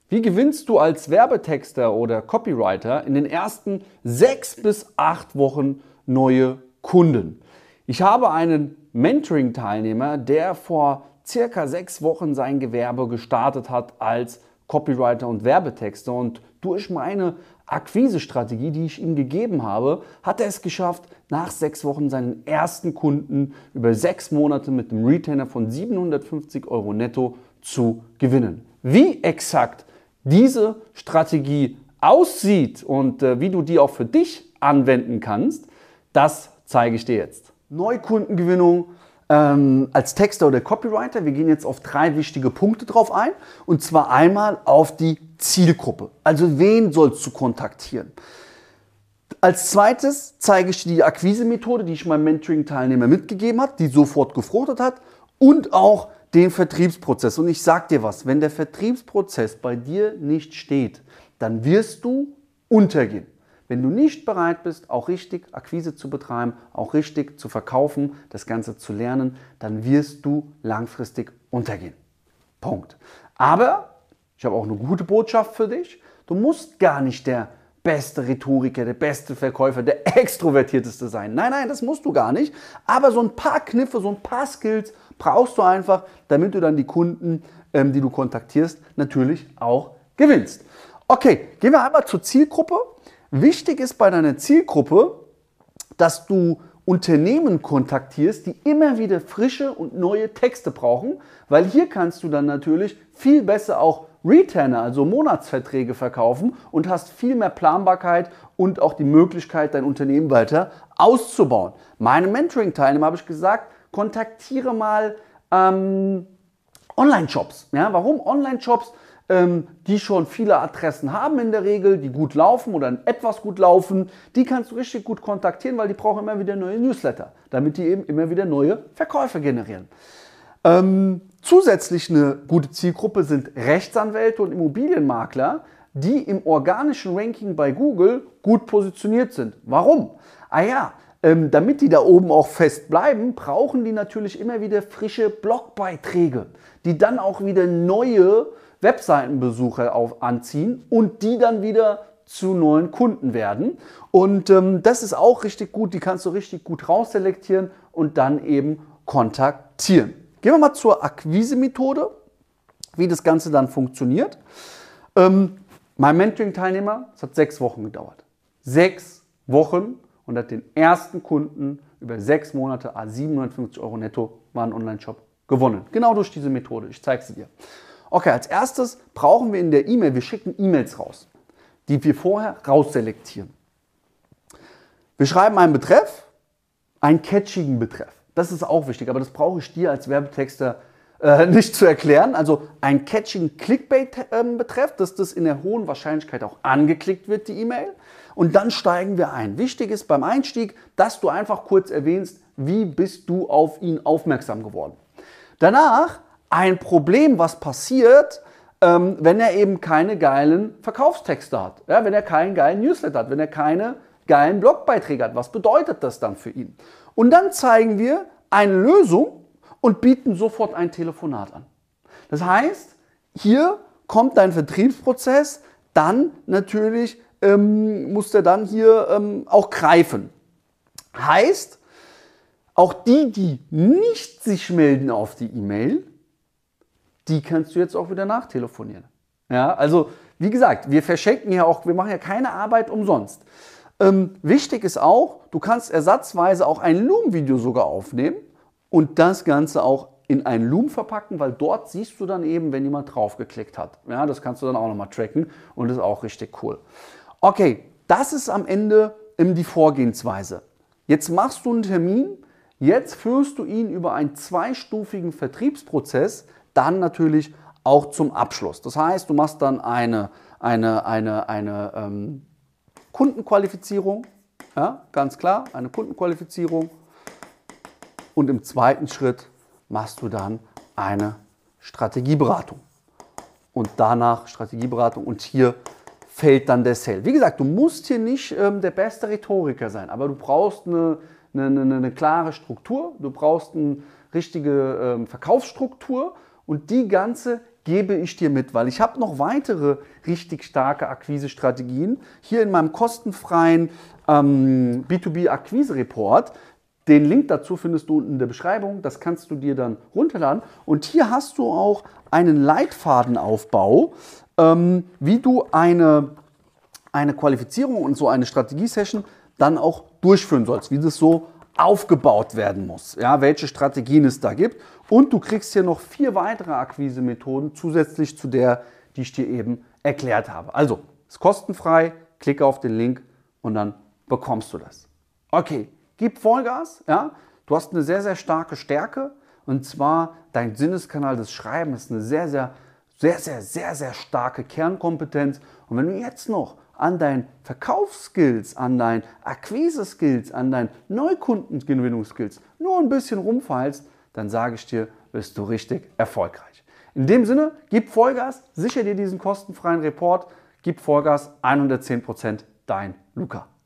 Wie gewinnst du als Werbetexter oder Copywriter in den ersten 6 bis 8 Wochen neue Kunden? Ich habe einen Mentoring-Teilnehmer, der vor circa 6 Wochen sein Gewerbe gestartet hat als Copywriter und Werbetexter, und durch meine Akquisestrategie, die ich ihm gegeben habe, hat er es geschafft, nach 6 Wochen seinen ersten Kunden über 6 Monate mit einem Retainer von 750 Euro netto zu gewinnen. Wie exakt diese Strategie aussieht und wie du die auch für dich anwenden kannst, das zeige ich dir jetzt. Neukundengewinnung als Texter oder Copywriter. Wir gehen jetzt auf 3 wichtige Punkte drauf ein, und zwar einmal auf die Zielgruppe. Also wen sollst du kontaktieren? Als zweites zeige ich dir die Akquise-Methode, die ich meinem Mentoring-Teilnehmer mitgegeben habe, die sofort gefruchtet hat, und auch den Vertriebsprozess. Und ich sage dir was, wenn der Vertriebsprozess bei dir nicht steht, dann wirst du untergehen. Wenn du nicht bereit bist, auch richtig Akquise zu betreiben, auch richtig zu verkaufen, das Ganze zu lernen, dann wirst du langfristig untergehen. Punkt. Aber ich habe auch eine gute Botschaft für dich. Du musst gar nicht der beste Rhetoriker, der beste Verkäufer, der extrovertierteste sein. Nein, nein, das musst du gar nicht. Aber so ein paar Kniffe, so ein paar Skills brauchst du einfach, damit du dann die Kunden, die du kontaktierst, natürlich auch gewinnst. Okay, gehen wir einmal zur Zielgruppe. Wichtig ist bei deiner Zielgruppe, dass du Unternehmen kontaktierst, die immer wieder frische und neue Texte brauchen, weil hier kannst du dann natürlich viel besser auch Retainer, also Monatsverträge verkaufen, und hast viel mehr Planbarkeit und auch die Möglichkeit, dein Unternehmen weiter auszubauen. Meinem Mentoring-Teilnehmer habe ich gesagt, kontaktiere mal Online-Shops. Ja, warum Online-Shops? Die schon viele Adressen haben in der Regel, die gut laufen oder etwas gut laufen, die kannst du richtig gut kontaktieren, weil die brauchen immer wieder neue Newsletter, damit die eben immer wieder neue Verkäufe generieren. Zusätzlich eine gute Zielgruppe sind Rechtsanwälte und Immobilienmakler, die im organischen Ranking bei Google gut positioniert sind. Warum? Damit die da oben auch fest bleiben, brauchen die natürlich immer wieder frische Blogbeiträge, die dann auch wieder neue Webseitenbesucher anziehen und die dann wieder zu neuen Kunden werden. Und das ist auch richtig gut, die kannst du richtig gut rausselektieren und dann eben kontaktieren. Gehen wir mal zur Akquise-Methode, wie das Ganze dann funktioniert. Mein Mentoring-Teilnehmer, es hat 6 Wochen gedauert. 6 Wochen, und hat den ersten Kunden über 6 Monate, 750 Euro netto, war ein Online-Shop gewonnen. Genau durch diese Methode, ich zeige sie dir. Okay, als erstes brauchen wir in der E-Mail, wir schicken E-Mails raus, die wir vorher rausselektieren. Wir schreiben einen Betreff, einen catchigen Betreff. Das ist auch wichtig, aber das brauche ich dir als Werbetexter nicht zu erklären. Also einen catchigen Clickbait-Betreff, dass das in der hohen Wahrscheinlichkeit auch angeklickt wird, die E-Mail. Und dann steigen wir ein. Wichtig ist beim Einstieg, dass du einfach kurz erwähnst, wie bist du auf ihn aufmerksam geworden. Danach ein Problem, was passiert, wenn er eben keine geilen Verkaufstexte hat, ja, wenn er keinen geilen Newsletter hat, wenn er keine geilen Blogbeiträge hat. Was bedeutet das dann für ihn? Und dann zeigen wir eine Lösung und bieten sofort ein Telefonat an. Das heißt, hier kommt dein Vertriebsprozess, dann natürlich muss der dann hier auch greifen. Heißt, auch die nicht sich melden auf die E-Mail, die kannst du jetzt auch wieder nachtelefonieren. Ja, also wie gesagt, wir verschenken ja auch, wir machen ja keine Arbeit umsonst. Wichtig ist auch, du kannst ersatzweise auch ein Loom-Video sogar aufnehmen und das Ganze auch in ein Loom verpacken, weil dort siehst du dann eben, wenn jemand draufgeklickt hat. Ja, das kannst du dann auch nochmal tracken und das ist auch richtig cool. Okay, das ist am Ende die Vorgehensweise. Jetzt machst du einen Termin, jetzt führst du ihn über einen 2-stufigen Vertriebsprozess, dann natürlich auch zum Abschluss. Das heißt, du machst dann eine Kundenqualifizierung, ja, ganz klar, eine Kundenqualifizierung, und im zweiten Schritt machst du dann eine Strategieberatung und danach Strategieberatung, und hier fällt dann der Sale. Wie gesagt, du musst hier nicht der beste Rhetoriker sein, aber du brauchst eine klare Struktur, du brauchst eine richtige Verkaufsstruktur, und die ganze gebe ich dir mit, weil ich habe noch weitere richtig starke Akquise-Strategien hier in meinem kostenfreien B2B-Akquise-Report. Den Link dazu findest du unten in der Beschreibung, das kannst du dir dann runterladen. Und hier hast du auch einen Leitfadenaufbau, wie du eine Qualifizierung und so eine Strategie-Session dann auch durchführen sollst, wie das so aufgebaut werden muss, ja, welche Strategien es da gibt. Und du kriegst hier noch 4 weitere Akquise-Methoden zusätzlich zu der, die ich dir eben erklärt habe. Also, ist kostenfrei, klicke auf den Link und dann bekommst du das. Okay, gib Vollgas, ja. Du hast eine sehr, sehr starke Stärke und zwar dein Sinneskanal des Schreibens ist eine sehr starke Kernkompetenz. Und wenn du jetzt noch an deinen Verkaufsskills, an deinen Akquise-Skills, an deinen Neukundengewinnungsskills nur ein bisschen rumfeilst, dann sage ich dir, bist du richtig erfolgreich. In dem Sinne, gib Vollgas, sicher dir diesen kostenfreien Report, gib Vollgas, 110%, dein Luca.